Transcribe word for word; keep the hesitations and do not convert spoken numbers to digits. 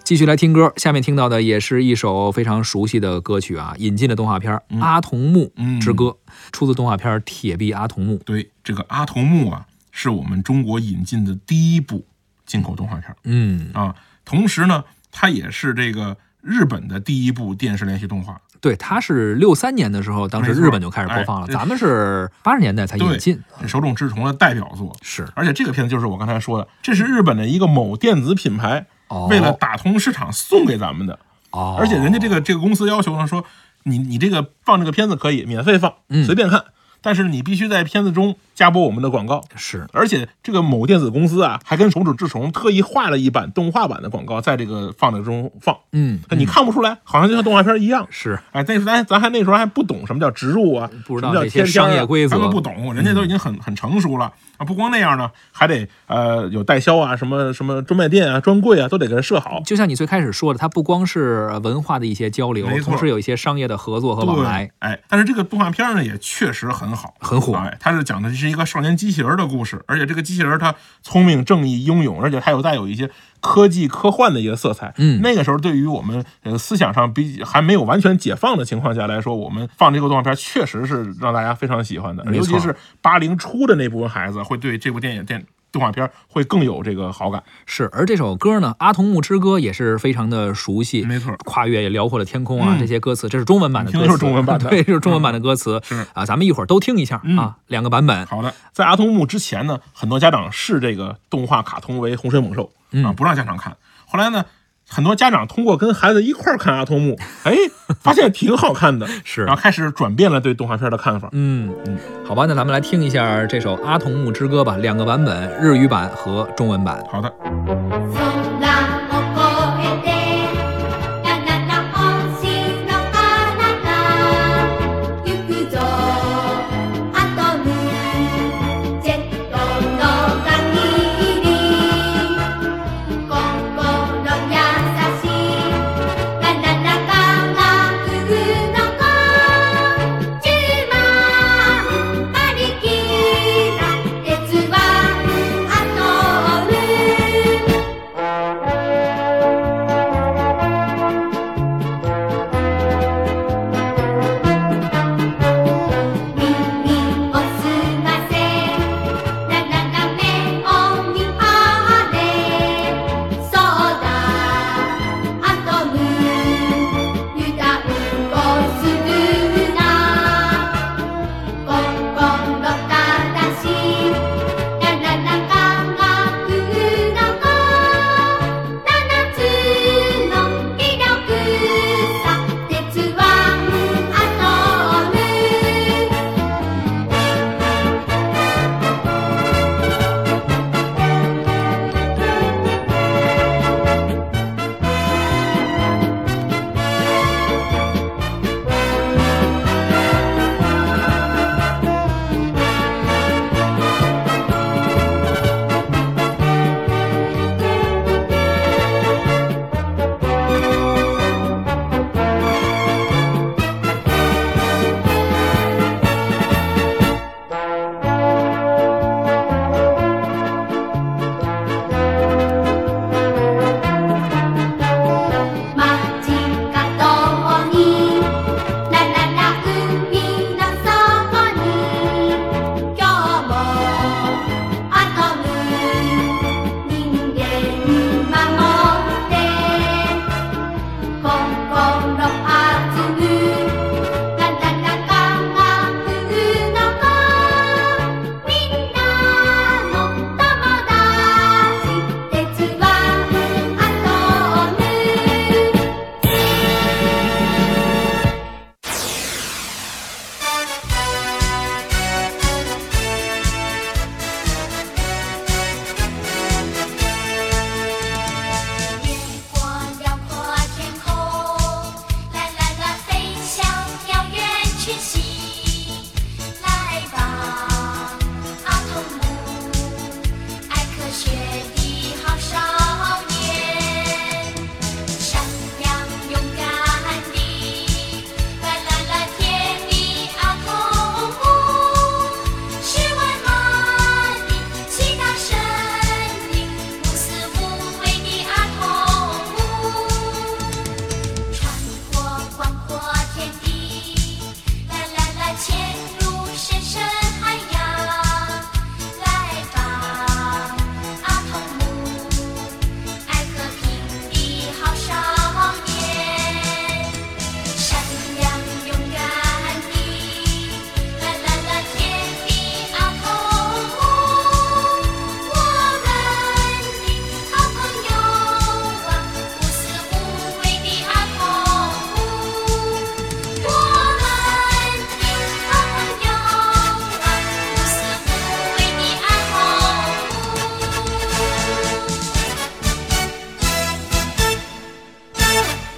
继续来听歌，下面听到的也是一首非常熟悉的歌曲啊，引进的动画片《 嗯、 阿童木之歌》， 嗯、 出自动画片《铁臂阿童木》。 对，这个阿童木啊，是我们中国引进的第一部进口动画片。 嗯啊，同时呢，它也是这个日本的第一部电视连续动画。 对，它是六三年的时候，当时日本就开始播放了， 哎、 咱们是八十年代才引进。 这手冢治虫的代表作是， 而且这个片子就是我刚才说的，这是日本的一个某电子品牌、哦、为了打通市场送给咱们的。 哦， 而且人家这个这个公司要求呢，说你你这个放这个片子可以免费放，随便看。嗯，但是你必须在片子中加播我们的广告。 是， 而且这个某电子公司啊，还跟手冢治虫特意画了一版动画版的广告，在这个放的中放。 嗯， 你看不出来，好像就像动画片一样。 是， 哎，但是咱咱还那时候还不懂什么叫植入啊， 不知道这些商业规则， 咱们不懂，人家都已经很、嗯、很成熟了啊。不光那样呢，还得呃有代销啊，什么什么专卖店啊、专柜啊，都得给人设好。 就像你最开始说的，它不光是文化的一些交流，同时有一些商业的合作和往来。 哎，但是这个动画片呢，也确实很好， 很火。 哎，它是讲的是一个少年机器人的故事，而且这个机器人它聪明、正义、英勇，而且它有带有一些科技科幻的一个色彩。 嗯， 那个时候对于我们呃思想上比还没有完全解放的情况下来说，我们放这个动画片确实是让大家非常喜欢的，尤其是八零初的那部分孩子会对这部电影电动画片会更有这个好感。 是，而这首歌呢，《阿童木之歌》也是非常的熟悉， 没错， 跨越也辽阔的天空啊，嗯、这些歌词，这是中文版的歌词， 听的是中文版的， 对，是中文版的歌词。 嗯、是啊，咱们一会儿都听一下、嗯、啊，两个版本。 好的，在阿童木之前呢，很多家长视这个动画卡通为洪水猛兽、嗯、啊，不让家长看。后来呢，很多家长通过跟孩子一块看阿童木，哎，发现挺好看的， 是， 然后开始转变了对动画片的看法。 嗯嗯，好吧，那咱们来听一下这首《阿童木之歌》吧，两个版本，日语版和中文版。 好的。